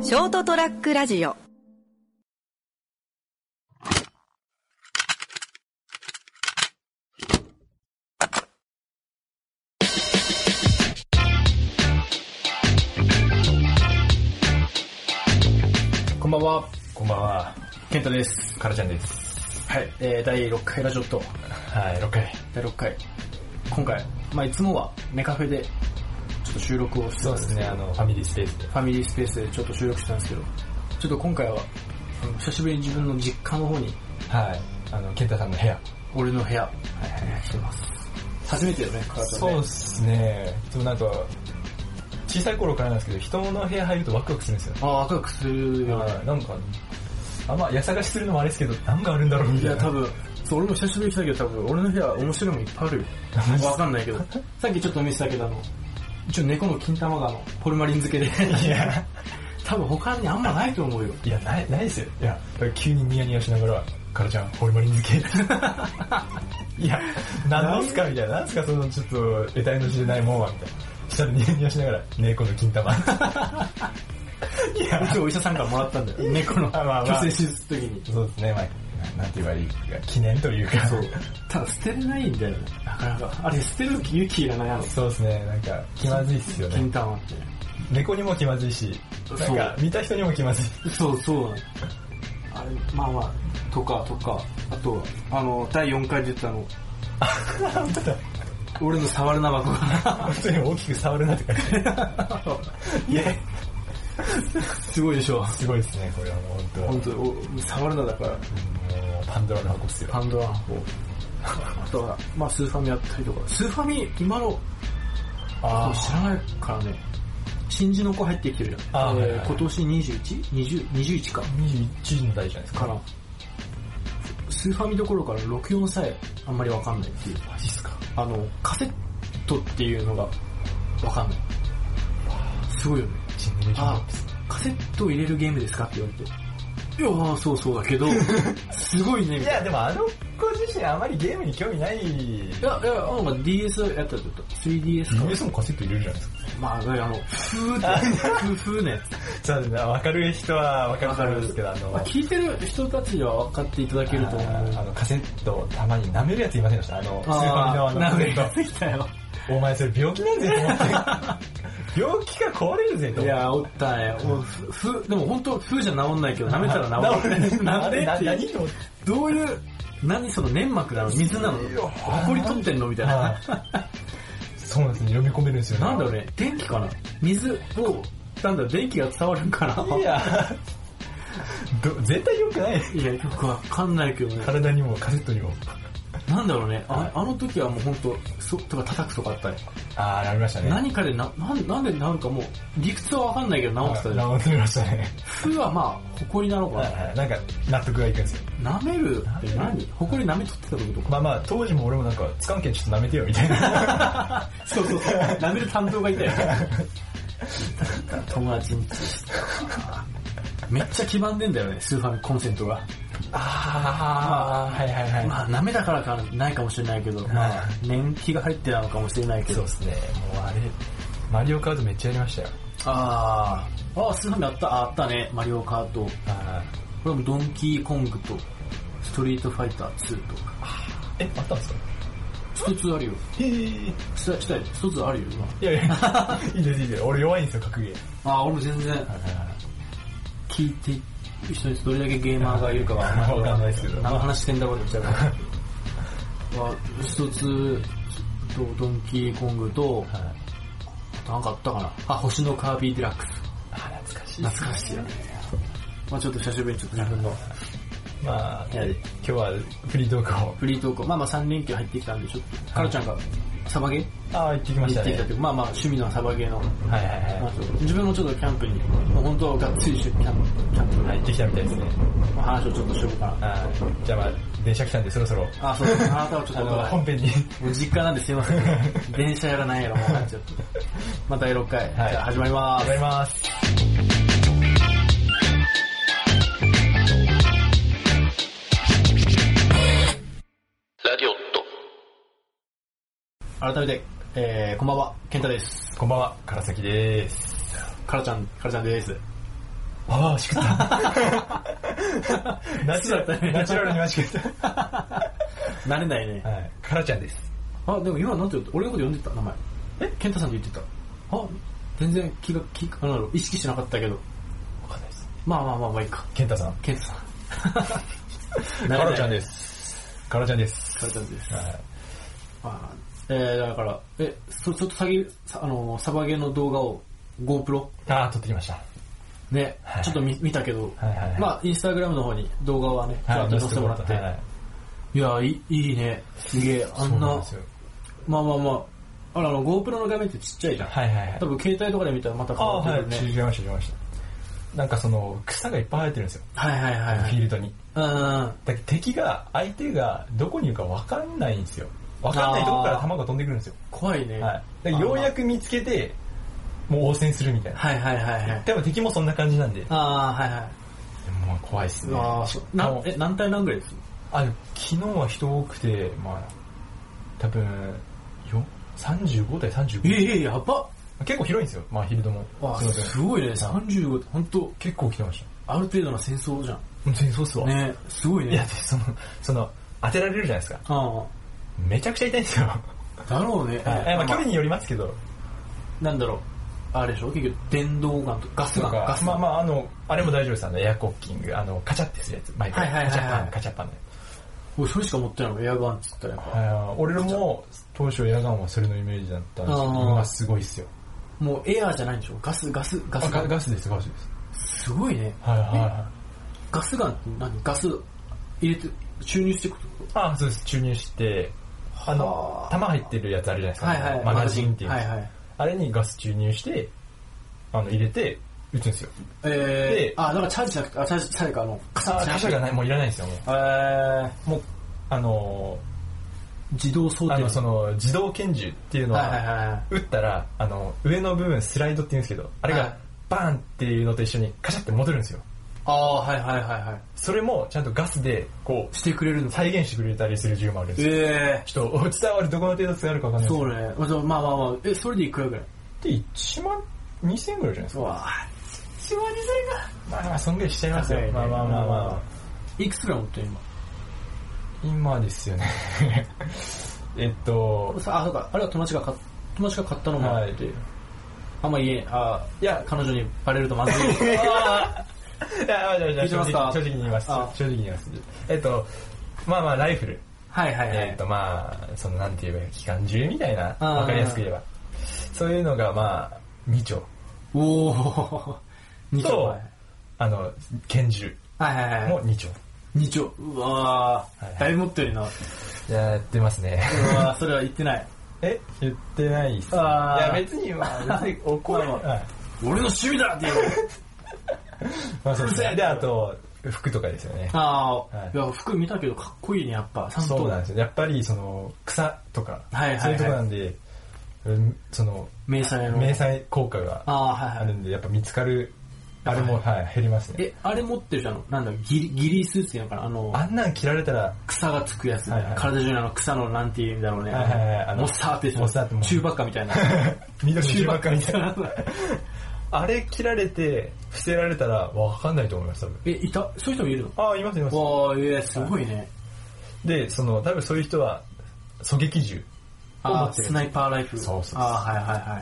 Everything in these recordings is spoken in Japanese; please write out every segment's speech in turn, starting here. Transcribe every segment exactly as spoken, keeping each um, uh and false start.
ショートトラックラジオ。 こんばんは。 こんばんは。 ケンタです。 カラちゃんです。 はい、えー、だいろっかいラジオと。 はい、ろっかい。 だいろっかい。今回、まあいつもはネカフェでちょっと収録をしてたんですけど。そうですね、 あの、ファミリースペースで。 ファミリースペースでちょっと収録したんですけど、ちょっと今回は、あの久しぶりに自分の実家の方に、 はい、あの、ケンタさんの部屋。 俺の部屋、はいはいはい、来てます。初めてよね、カラちゃんね。 そうですね。でもなんか、小さい頃からなんですけど、人の部屋入るとワクワクするんですよ。 ああ、ワクワクするよね。 なんか、あんま家探しするのもあれですけど、何があるんだろうみたいな。 いや、多分、そう、俺も久しぶりに来たけど、多分、俺の部屋面白いもんいっぱいあるよ。わかんないけど。さっきちょっと見せたけど、あの、一応猫の金玉があの、ホルマリン漬けで。いや、多分他にあんまないと思うよ。 いや、ない、ないですよ。いや、急にニヤニヤしながら、カラちゃん、ホルマリン漬け。いや、何すかみたいな。何すかそのちょっと、得体の知れないもんは、みたいな。したらニヤニヤしながら、猫の金玉。いや、うちお医者さんからもらったんだよ。猫の虚勢手術の時に。 そうですね、まあ、なんて言われるか、記念というか。 そう。ただ捨てれないんだよね。なかなか。あれ捨てる勇気いらないやろ。 そうですね、なんか、気まずいっすよね。 金玉って。 猫にも気まずいし、なんか、見た人にも気まずい。 そうそう。あれ、まあまあ、とか、とか、あとは、あの、だいよんかいで言ったの。 本当だ。 俺の触るな箱が。 普通に大きく触るなって書いてある。 いや、すごいでしょ。 すごいですね、これはもう本当。 本当触るなだから。もうパンドラの箱っすよ。 パンドラの箱。あとは、まあスーファミやったりとか。スーファミ、今の、あ知らないからね。新人の子入ってきてるじゃん。あ、えーはいはい、今年 にじゅういち?にじゅう、にじゅういちか。 にじゅういちの代じゃないですか。 から、スーファミどころからろくじゅうよんさえあんまりわかんないっていう。 マジっすか。 あの、カセットっていうのがわかんない。すごいよね。あ、カセットを入れるゲームですかって言われて。いやー、そうそうだけど、すごいね。 いや、でもあの子自身あまりゲームに興味ない。いや、いや、あの、ディーエス やったらちょっと、スリーディーエス か。 ディーエス もカセット入れるじゃないですか。 まあ、あの、ふーって、ふーふーのやつ。 そうですね、わかる人はわかると思うんですけど、あの、 まあ、聞いてる人たちには分かっていただけると思う。 あの、カセットたまに舐めるやついませんでした？あの、スーファミのあの、 舐めるやつ来たよ。 お前それ病気なんぜと思って。病気が壊れるぜと思って。 いや、おったね。もう、ふ、でも本当、ふじゃ治んないけど、舐めたら治る。なんでって何のどういう、何その粘膜なの水なのほこり取ってんのみたいな。 そうなんですね、読み込めるんですよね。 なんだろうね、電気かな水を、なんだろう、電気が伝わるんかな。 いや、ど絶対良くない。 いや、よくわかんないけどね。 体にもカセットにも。 なんだろうね、あ, あの時はもうほんと、そ、とか叩くとかあったり。 あー、なりましたね。 何かでな、ななんでなるかもう、理屈はわかんないけど治ってたじゃん。 治ってましたね。 ふはまあ、ほこりなのかな。 なんか、納得がいくんですよ。 舐めるって何？ほこり舐め取ってたってことか。 まあまあ、当時も俺もなんか、つかんけんちょっと舐めてよみたいな。 そうそうそう。舐める担当がいたよ。友達に。めっちゃ黄ばんでんだよね、スーファミコンセントが。 あー、はいはいはい。 まあ、舐めだからかないかもしれないけど、まあ、年季が入ってたのかもしれないけど。 そうですね、もうあれ、マリオカートめっちゃやりましたよ。 あー、あー、スーファミあった、あったね、マリオカート。 あこれもドンキーコングと、ストリートファイターツーとか。 え、あったんですか？ 一つあるよ。 へー。 ちょっと一つあるよ、今。 いやいや、いいですいいです。俺弱いんですよ、格ゲー。 あー、俺も全然、聞いて、人にどれだけゲーマーがいるかはあんまりわかんないですけど。 何の話してんだこれ言っちゃうから。一つ、ドンキーコングと、はい、あとなんかあったかな。あ、星のカービィデラックス。 あ、懐かしい。 懐かしいよね。まあちょっと久しぶりにちょっと自分の。 まあ、今日はフリートークを。 フリートークを。まあまあさん連休入ってきたんで、ちょっと、カロちゃんがサバゲーああ、行ってきましたね。 行ってきたっていうまあまあ趣味のサバゲーの。 はいはいはい。 自分もちょっとキャンプに、本当はがっつりキャンプ、キャンプ入ってきたみたいですね。 まあ、話をちょっとしようかな。 あじゃあまあ、電車来たんでそろそろ。 あそうです。あなたはちょっと本編に。 もう実家なんですいません。電車やらないやらもうなっちゃって。まただいろっかい。はい、じゃあ始まります。 始まります。 ラジオット。改めて、えー、こんばんは、健太です。 こんばんは、唐崎です。 カラちゃん、カラちゃんです。 ああ、しくった。ナチュラル、ナチュラルに間違えた。 慣れないね。 はい。カラちゃんです。 あ、でも今なんて言った？俺のこと呼んでた名前。えケンタさんって言ってた。あ、全然気が、気あの、意識しなかったけど。 わかんないです。 まあまあまあまあいいか。 ケンタさん。 ケンタさん。 カラちゃんです。カラちゃんです。 カラちゃんです。 はい。 あえー、だから、え、そちょっとサギ、あの、サバゲーの動画を GoPro？ ああ、撮ってきました。 ね、 はい、 ちょっと 見, 見たけど、 はいはいはい、 まあインスタグラムの方に動画はね、ちょっと載せてもらって、はいはい、いやいい、いいね、すげえ、あんな、まあまあまあ、あの GoPro の画面ってちっちゃいじゃん。はいはいはい。多分携帯とかで見たらまた変わってるね。 あ、はい、知りました知りました。なんかその草がいっぱい生えてるんですよ。はいはいはい、はい。フィールドに。うん。だけど敵が相手がどこにいるか分かんないんですよ。分かんないところから弾が飛んでくるんですよ。怖いね。はい。ようやく見つけて。もう応戦するみたいな。はいはいはいはい。多分敵もそんな感じなんで。ああ、はいはい。もう怖いっすね。ああ、な、え、何対何ぐらいです？あ、昨日は人多くて、まあ、多分、よ、さんじゅうご対さんじゅうご。ええ、やばっ。結構広いんですよ、まあフィールドも。あ、すごいね、さんじゅうご、ほんと。結構来てました。ある程度の戦争じゃん。戦争っすわ。ね、すごいね。いや、その、その、当てられるじゃないですか。ああ。めちゃくちゃ痛いんですよ。だろうね。まあ距離によりますけど。なんだろう。あれでしょ結局電動ガンとガスガンガスまあまああのあれも大丈夫です。あのエアコッキングあのカチャってするやつ毎回カチャパンカチャパンで俺それしか持ってないのエアガンっつったらやっぱ、はい、俺も当初エアガンはそれのイメージだったんですけど今すごいっすよ。もうエアーじゃないんでしょガスガスガスガスガスですガスですすごいね。はいはいはい。ガスガンって何ガス入れて注入していくってこと？ああそうです注入してあの弾入ってるやつあるじゃないですか、はいはい、マガジンっていうんです、はいはい、あれにガス注入してあの入れて撃つんですよ。えー、であなんかチャージしなくてあチャージチャージかあのカシャがないもういらないんですよもう。えー、もうあの自動装填あのその自動拳銃っていうのは、はいはいはい、撃ったらあの上の部分スライドって言うんですけどあれがバーンっていうのと一緒にカシャって戻るんですよ。ああはいはいはいはい。それもちゃんとガスでこうしてくれるの再現してくれたりする銃もあるんですよ。ええー、ちょっと伝わるどこの程度伝わるかわかんないですけど。そうね。まあまあまあえそれでいくらぐらい？でいちまんにせんぐらいじゃないですか。うわあいちまんにせんがまあまあそんぐらいしちゃいますよ。ね、まあまあまあまあ。いくつぐらい持ってる今？今ですよね。えっとあそうかあれは友達が買友達が買ったのもあって、はい、あんま言えあいや彼女にバレるとまずい。いや、じゃあ、じゃあ、正直に言います。正直に言います。えっと、まあまあ、ライフル。はいはいはい。えっと、まあ、その、なんて言えばいい機関銃みたいな、わかりやすく言えば。そういうのが、まあ、に丁。おー。に丁。と、あの、拳銃。はいはいはい。もに丁。に丁。うわー。だいぶ持ってるな。やってますね。うわー、それは言ってない。え言ってないっす。いや、別に、まあ、別に怒る。俺の趣味だって言う。まあそうですね。で、あと、服とかですよね。ああ、はい、いや、服見たけどかっこいいね、やっぱ。そうなんですよ。やっぱり、その、草とか、はいはいはい、そういうとこなんで、その、迷彩の。迷彩効果があるんで、やっぱ見つかる、あれも、はい、減りますね。え、あれ持ってるじゃん、なんだ、ギリ、ギリスーツっていうのかなあの、あんなん着られたら、草がつくやつ、はいはい、体中にあの草のなんていうんだろうね。はいはいはい。あの、モッサーってモッサーって中ばっかみたいな。緑の中ばっかみたいな。あれ切られて伏せられたら分かんないと思います多分。えいたそういう人もいるの？ああいますいます。わあえー、すごいね。でその多分そういう人は狙撃銃を持ってる。スナイパーライフル。そうそうそう。ああはいはいはい。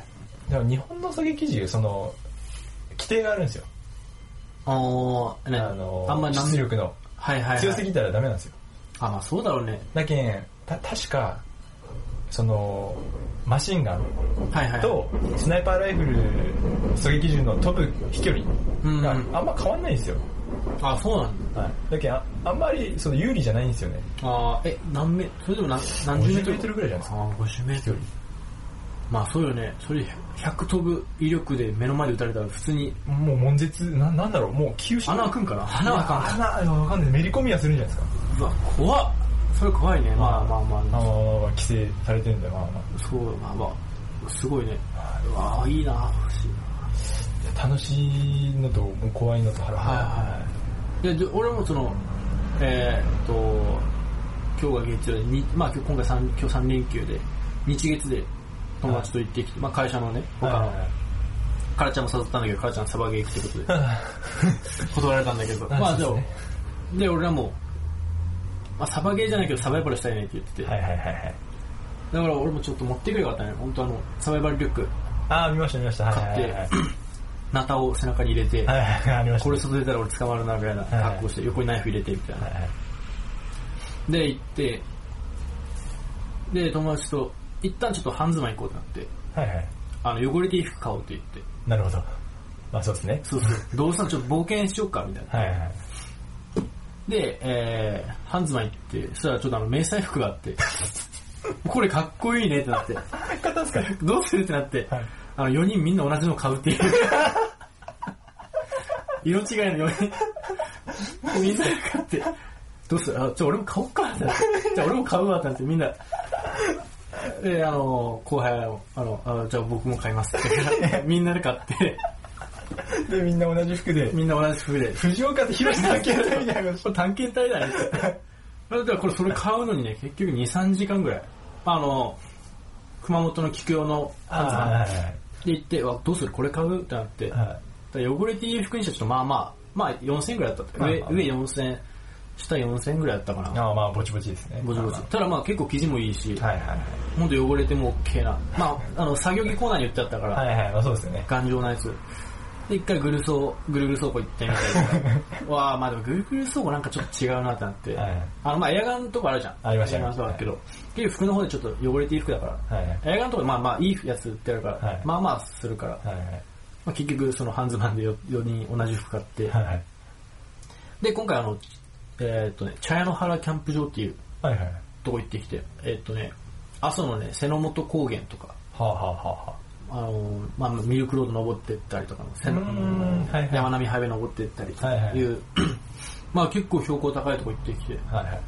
でも日本の狙撃銃その規定があるんですよ。ああねあのあんまり出力の、はいはいはい、強すぎたらダメなんですよ。あまあそうだろうね。だけんた確かそのマシンガンとスナイパーライフル狙撃銃の飛ぶ飛距離があんま変わんないんですよ。あ、そうなんだ。はい、だけど あ, あんまりその有利じゃないんですよね。あえ何メそれでも 何, 何十メートルぐらいじゃないですか。あごじゅうメートル。まあそうよね。それひゃく飛ぶ威力で目の前で撃たれたら普通にもう悶絶 な, なんだろうもう急所穴開くんかな。穴開かん穴わかんないめり込みはするんじゃないですか。うわ怖っ。それ怖いね。まあまあまあ。まあまあまあ規制されてるんだよ。まあまあ。そうまあまあすごいね。うわあいいな欲しいな。楽しいのと怖いのとハラハラ。はいはい。で俺もそのえー、っと今日が月曜でにまあ今日今回三今日三連休で日月で友達と行ってきて、まあ会社のね他のカラちゃんも誘ったんだけど、カラちゃんサバゲー行くってことで断られたんだけど、まあじゃあで俺らも、まあ、サバゲーじゃないけどサバイバルしたいねって言ってて、 はいはいはいはい。 だから俺もちょっと持ってくればよかったね。本当あのサバイバルリュックああ見ました見ました。 買って、はいはいはい、ナタを背中に入れて、 はいはい、ありました、ね、 これ外出たら俺捕まるなぐらいな格好して、はいはい、横にナイフ入れてみたいな、はいはい、で行ってで友達と一旦ちょっと半ズボン行こうってなって、はいはい、あの汚れて衣服買おうって言って。 なるほど。まあそうですね。 そうそう。どうしたのちょっと冒険しようかみたいな。はいはい。で、えー、半ズボン行って、そしたらちょっとあの迷彩服があって、これかっこいいねってなって。 買ったんすか？ どうするってなって、はい、あのよにんみんな同じの買うっていう。色違いのよにん。みんな買って、どうする？あ、ちょ俺も買おうかってなって。じゃあ俺も買うわってなってみんな。で、あの、後輩は、あの、あじゃあ僕も買いますって。みんなで買って。 で、みんな同じ服で。 みんな同じ服で。 藤岡って広島探検隊みたいな。 これ探検隊だねって。だからこれそれ買うのにね、結局に、さんじかんぐらい。あの、熊本の菊用のハンズマンで行って、わ、どうするこれ買うってなって。はい、汚れている服にしてはちょっとまあまあ、まあよんせんえんぐらいだったって。上、上よんせん、下よんせんえんぐらいだったかな。 ああまあぼちぼちですね。 ぼちぼち。ただまあ結構生地もいいし、 はいはいはい、 ほんと汚れても OK な。まあ、あの、作業着コーナーに売ってあったから、 はいはい、まあそうですよね。 頑丈なやつ。で、一回グルソー、ぐるぐる倉庫行ってみたいな。わあまあでもぐるぐる倉庫なんかちょっと違うなってなって、はいはい、あの、まあエアガンとかあるじゃん。 ありましたね。 エアガンとかあるけど、結局服の方でちょっと汚れている服だから、はいはい、エアガンとかまあまあいいやつ売ってあるから、はい、まあまあするから、はいはい、まあ、結局そのハンズマンでよにん同じ服買って、はいはい、で、今回あの、えー、っとね、茶屋野原キャンプ場っていうとこ行ってきて、えー、っとね、阿蘇のね、瀬の本高原とか、はあはあはあ、あのまあ、ミルクロード登ってったりとかの瀬の、はいはい、山並ハイウェイ登ってったりという、はいはい、まあ結構標高高いとこ行ってきて、はいはい、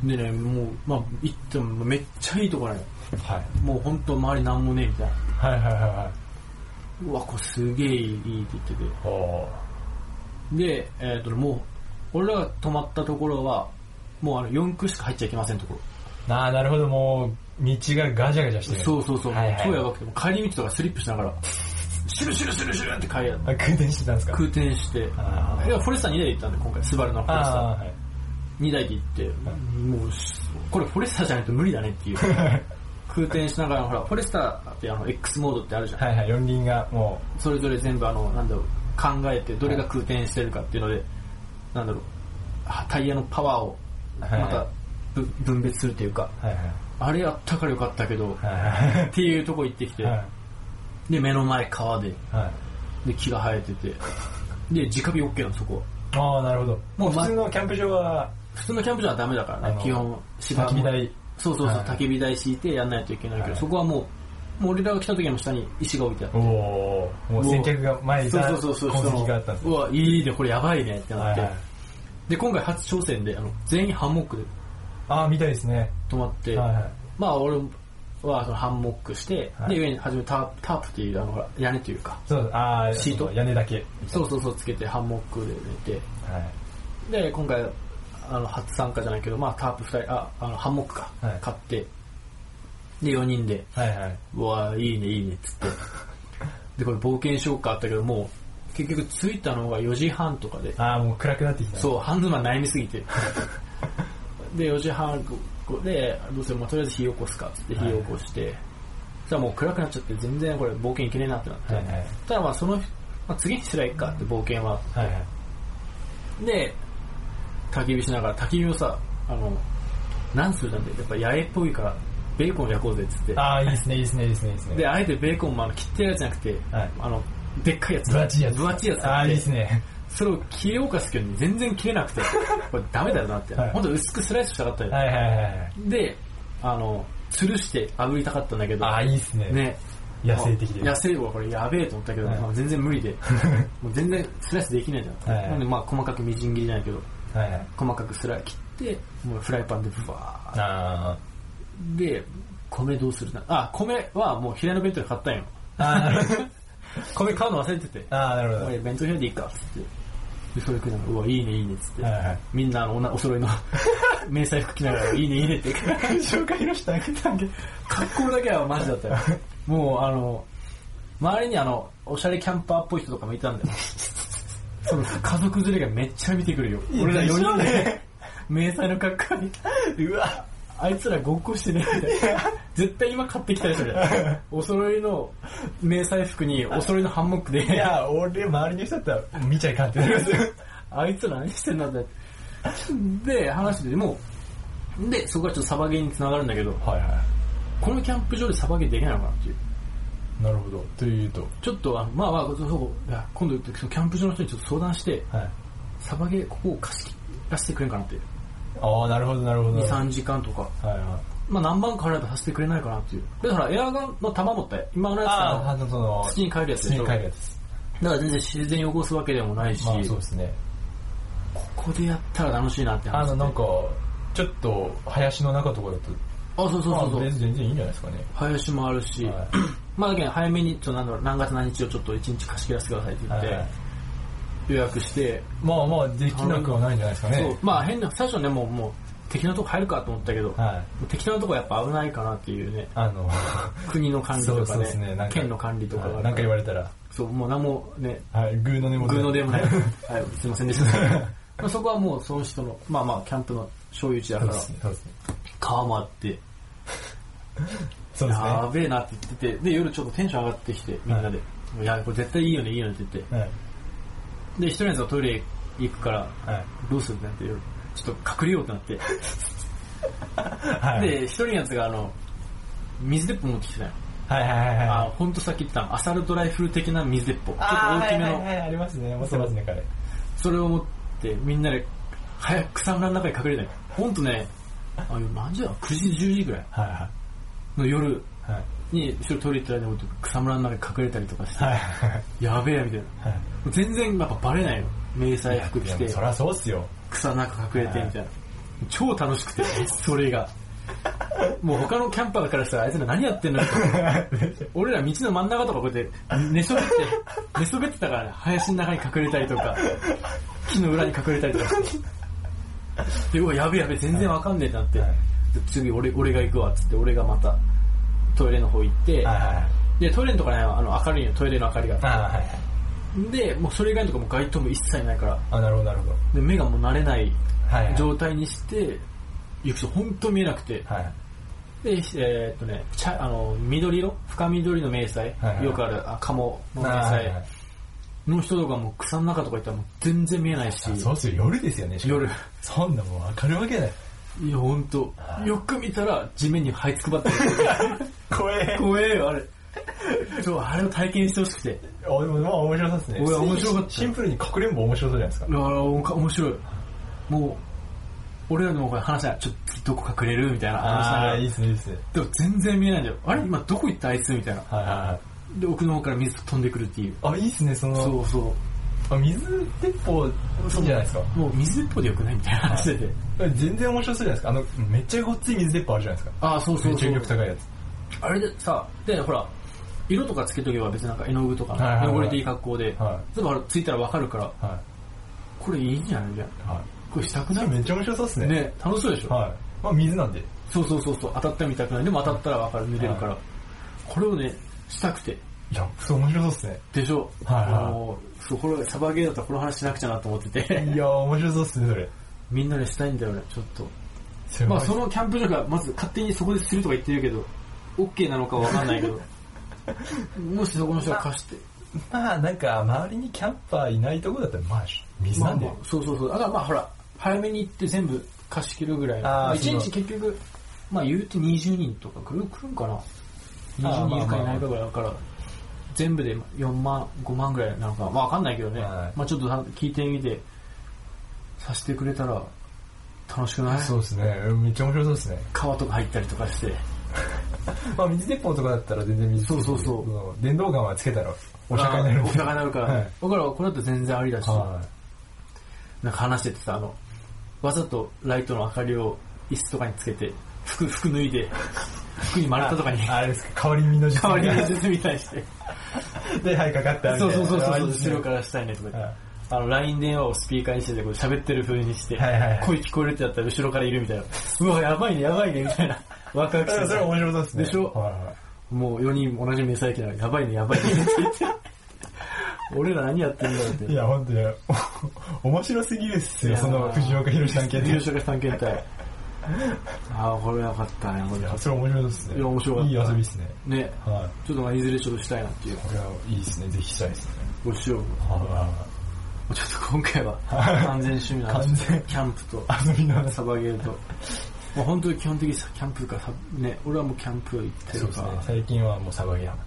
でね、もう、まあ行ってもめっちゃいいとこね、はい、もう本当周りなんもねえみたいな。はいはいはいはい。うわ、これすげえいいって言ってて。で、えっと、もう、俺らが泊まったところは、もうあのよん区しか入っちゃいけませんところ。 ああ、なるほど、もう、道がガチャガチャしてる。 そうそうそう、はいはい、超やばくて、も帰り道とかスリップしながら、シュルシュルシュルシュルって帰りやった。 空転してたんですか？ 空転して。いや、フォレスターにだいで行ったんで、今回、スバルのフォレスター。はい、にだいで行って、もう、これフォレスターじゃないと無理だねっていう。空転しながら、ほら、フォレスターってあの X モードってあるじゃん。 はいはい、四輪がもう。それぞれ全部あの、なんだろう、考えて、どれが空転してるかっていうので、はい、なんだろう、タイヤのパワーを、また、分別するっていうか、はいはい、あれやったからよかったけど、はい、っていうとこ行ってきて、はい、で、目の前川で、はい、で、木が生えてて、で、直火 OK なの、そこ。 ああ、なるほど。もう普通のキャンプ場は、 普通のキャンプ場はダメだからね、基本、 芝焚き火台。 そうそうそう、はい、焚き火台敷いてやんないといけないけど、はい、そこはもう、もう俺らが来た時の下に石が置いてあって。おー、もう先客が前にいた痕跡があったんです。 うわ、いいね、これやばいねってなって。はいはい、で、今回初挑戦で、あの、全員ハンモックで。 ああ、みたいですね。 泊まって、はいはい、まあ俺はそのハンモックして、はい、で、上に初めタープ、タープっていうあの屋根というか、 そう、ああ、 シート屋根だけ。 そうそうそう、つけてハンモックで寝て、はい、で、今回、あの、初参加じゃないけど、まあタープふたり、あ、あの、ハンモックか、はい、買って、で、よにんで、はいはい、うわ、いいね、いいね、っつって。で、これ冒険しようかあったけど、もう、結局着いたのがよじはんとかで。 ああ、もう暗くなってきた。 そう、ハンズマン悩みすぎて。で、よじはんで、どうせもうとりあえず火起こすかっつって火起こして、はい、そしたらもう暗くなっちゃって全然これ冒険いけねえなってなって。はいはい、ただまあその、まあ、次にすりゃいいかって冒険は。はいはい、で、焚き火しながら、焚き火をさ、あの、何するなんで、やっぱ八重っぽいから、ベーコン焼こうぜっつって。 ああ、いいですね、いいですね、いいですね、いいですね。 で、あえてベーコンもあの切ってるやつじゃなくて、はい、あの、でっかいやつ。 分厚いやつ。 分厚いやつ。 ああ、いいですね。 それを切ろうかすけど、全然切れなくて、これダメだよなって。はい、ほんと薄くスライスしたかったよ。はいはいはいはい、で、あの、吊るして炙りたかったんだけど。 ああ、いいっすね。ね。野生的で。 野生はこれやべえと思ったけど、はい、まあ、全然無理で。もう全然スライスできないじゃん。はい、なんでまあ細かくみじん切りじゃないけど、はいはい、細かくスライス切って、もうフライパンでブワーあで、米どうするな。あ、米はもう平の弁当で買ったんよ。あ米買うの忘れてて。ああ、なるほど。弁当平でいいかっつって。で、それ食いながら、うわ、いいね、いいねっつって。はいはい、みんなあの、お揃いの迷彩服着ながら、いいね、いいねって。 紹介の人あげたんけ。 格好だけはマジだったよ。もう、あの、 周りにあの、おしゃれキャンパーっぽい人とかもいたんだよ。その家族連れがめっちゃ見てくるよ。俺らよにんで、迷彩の格好に。うわ、あいつらごっこしてねみたいな。絶対今買ってきたでしょ、お揃いの迷彩服にお揃いのハンモックで。 いや、俺周りの人だったら見ちゃいかんってなりますよ。 あいつら何してんだって。で、話しててもう、で、そこからちょっとサバゲーに繋がるんだけど、 はいはい。 このキャンプ場でサバゲーできないのかなっていう。 なるほど。というと。 ちょっと、まあまあ、そういや今度、そのキャンプ場の人にちょっと相談して、はい、サバゲーここを貸し切らせてくれんかなって。 ああ、なるほどなるほど。 に、さんじかんとか。はいはい。まあ何番か払えばさせてくれないかなっていう。で、ほら、エアガンの弾持って、今のやつああ、その、 土に帰るやつでしょ。 土に帰るやつ。 だから全然自然汚すわけでもないし。 まあそうですね。 ここでやったら楽しいなって話。 あの、なんか、ちょっと、林の中とかだと、 あ、そうそうそうそう。 全然いいんじゃないですかね。 林もあるし、はい、まあだけど早めにちょっとなんだろう何月何日をちょっと一日貸し切らせてくださいって言って、はい、予約して、 まあまあできなくはないんじゃないですかね。 そう、まあ変な最初ねもうもう適当なとこ入るかと思ったけど、はい、適当なとこやっぱ危ないかなっていうね。あの国の管理とかね、そうですね、県の管理とかが、 はい、なんか言われたら、 そうもう何もね、 はい、グーの根もグーの根もない、はい、すいませんでした。まあそこはもうその人のまあまあキャンプの所有地だから、そうですね、川もあって。 そうですね。 やべえなって言ってて、で、夜ちょっとテンション上がってきて、みんなで。はい、いや、これ絶対いいよね、いいよねって言って。はい、で、一人のやつがトイレ行くから、はい、どうするってなって、夜、ちょっと隠れようってなって。はい、で、一人のやつが、あの、水鉄砲持ってきてたよ。はいはいはいはい。あ、ほんとさっき言ったアサルトライフル的な水鉄砲。ちょっと大きめの。 はいはいはい、ありますね。持ってますね、彼。 それを持って、みんなで、早く草むらの中に隠れない。ほんとね、あ、何時だ ?くじ、じゅうじぐらい。はいはい。の夜に一人トイレ行ったらでも草むらの中に隠れたりとかして、はいはい、やべえみたいな、はい、全然やっぱバレないの。迷彩服着て、 そりゃそうっすよ。 草の中隠れてみたいな、はい、超楽しくてそれがもう他のキャンパーからしたらあいつら何やってんのって俺ら道の真ん中とかこうやって寝そべって寝そべってたから、ね、林の中に隠れたりとか木の裏に隠れたりとかで、うわやべえやべえ全然わかんねえってなって、はい、次 俺, 俺が行くわっつって俺がまたトイレの方行って、はいはい、でトイレのところにあの明るいのトイレの明かりがあって、はいはい、でもうそれ以外のところも街灯も一切ないから、 あ、なるほどなるほど、 で目がもう慣れない状態にして、はいはい、行くと本当見えなくて、はい、で、えー、っとね茶あの緑色深緑の迷彩、はいはい、よくあるあ鴨の迷彩の人とかも草の中とか行ったらもう全然見えないし、 そうっすよ、夜ですよね。 夜そんなもん明るいわけない。 いやほんとよく見たら地面に這いつくばってる怖え怖えよあれ。そうあれを体験してほしくて。 あ、でもまあ面白そうですね。 俺面白かった。 シンプルにかくれんぼ面白そうじゃないですか。 ああ面白い。もう俺らでもこれ話しない、ちょっとどこ隠れるみたいな話しながら。 ああいいっすねいいっすね。 でも全然見えないんだよ。あれ今どこ行ったあいつみたいな。はいはいはい。で奥の方から水飛んでくるっていう。 あ、いいっすねその。 そうそう。 あ、水鉄砲いいじゃないですか。 もう水鉄砲でよくないみたいな話でて。 全然面白そうじゃないですか。あのめっちゃごっつい水鉄砲あるじゃないですか。 あ、そうそうそう。 重力高いやつ。 あれでさ、でほら色とかつけとけば別になんか絵の具とか、はいはいはい、汚れていい格好で、はい、例えばついたらわかるから、はい、これいいんじゃないみたいな。はい、これしたくない？ めっちゃ面白そうっすね。 ね、楽しそうでしょ。はい。 まあ水なんで。 そうそうそうそう、当たってみたくない。でも当たったらわかる、見れるから、はい、これをねしたくて。 いや、そう面白そうっすね。 でしょ。はいはい。もうそうこれサバゲーだったらこの話しなくちゃなと思ってて。 いや面白そうっすねそれ。 みんなでしたいんだよねちょっと。まあそのキャンプ場がまず勝手にそこでするとか言ってるけど OK なのかわかんないけどもしそこの人が貸してまあなんか周りにキャンパーいないとこだったらまあ水なんで、 まあまあ、そうそうそうだからまあほら早めに行って全部貸し切るぐらいのまあ、いちにち結局まあ言うてにじゅうにんとか来る来るんかなにじゅうにんいるかいないかぐらいだから全部でよんまんごまんぐらいなのかまあわかんないけどね、はい、まあちょっと聞いてみてさせてくれたら楽しくない？ そうですね。めっちゃ面白そうですね。 川とか入ったりとかして。 まあ水鉄砲とかだったら全然水そうそうそう。 電動ガンはつけたらお釈迦になる。 お釈迦になるから。はい、だからこれだと全然ありだし。はい、なんか話しててさ、あの、わざとライトの明かりを椅子とかにつけて、服、服脱いで、服に丸太とかに。 あ, あれですか、代わり身の術。 代わり身の術みたいにして。 で、はい、かかってあるそうそうそうそう、後ろからしたいねとか言って。はいあの、ライン 電話をスピーカーにしてて、こう喋ってる風にして、はいはいはい、声聞こえるってやったら後ろからいるみたいな。うわ、やばいね、やばいね、みたいな。ワクワクして。 それ面白そうですね。 でしょ、はいはい、 もうよにん同じ迷彩駅なのやばいねやばいねって言って俺ら何やってんだろうって。 いや本当に面白すぎるっすよ、その藤岡弘探検隊。 藤岡探検隊ああこれよかったね。これいやそれ面白いですね。 いや面白かった。 いい遊びですね。 ね、はい、ちょっとまあいずれちょっとしたいなっていう。 これはいいですね、ぜひしたいですね。 どうしよう。ちょっと今回は完全趣味の完全キャンプと遊びのサバゲーともう本当に基本的にキャンプかね、俺はもうキャンプ行ってるから、 ね、最近はもうサバゲーハマった。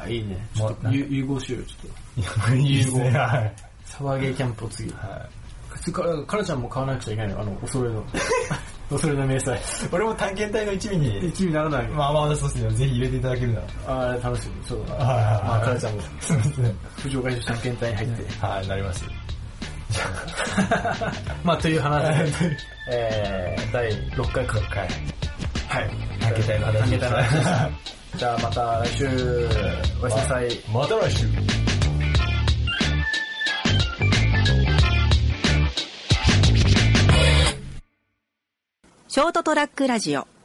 あいいね、ちょっと融合しようよちょっといいですね、はい、 サバゲーキャンプを次、はい、か, かなちゃんも買わなくちゃいけないの、あの恐れの恐れの迷彩俺も探検隊の一味に一味ならない。 まあまあそうですね、ぜひ入れていただけるなら。 ああ楽しみ。そうだな、 はいはいはい、 まあかなちゃんもそうですね、 藤岡市探検隊に入って、 はい、なりますまあという話で、えー、だいろっかいかろっかい、はい、 探検隊の話でした。 じゃあまた来週おやすみなさい。 また来週。 ショートトラックラジオ。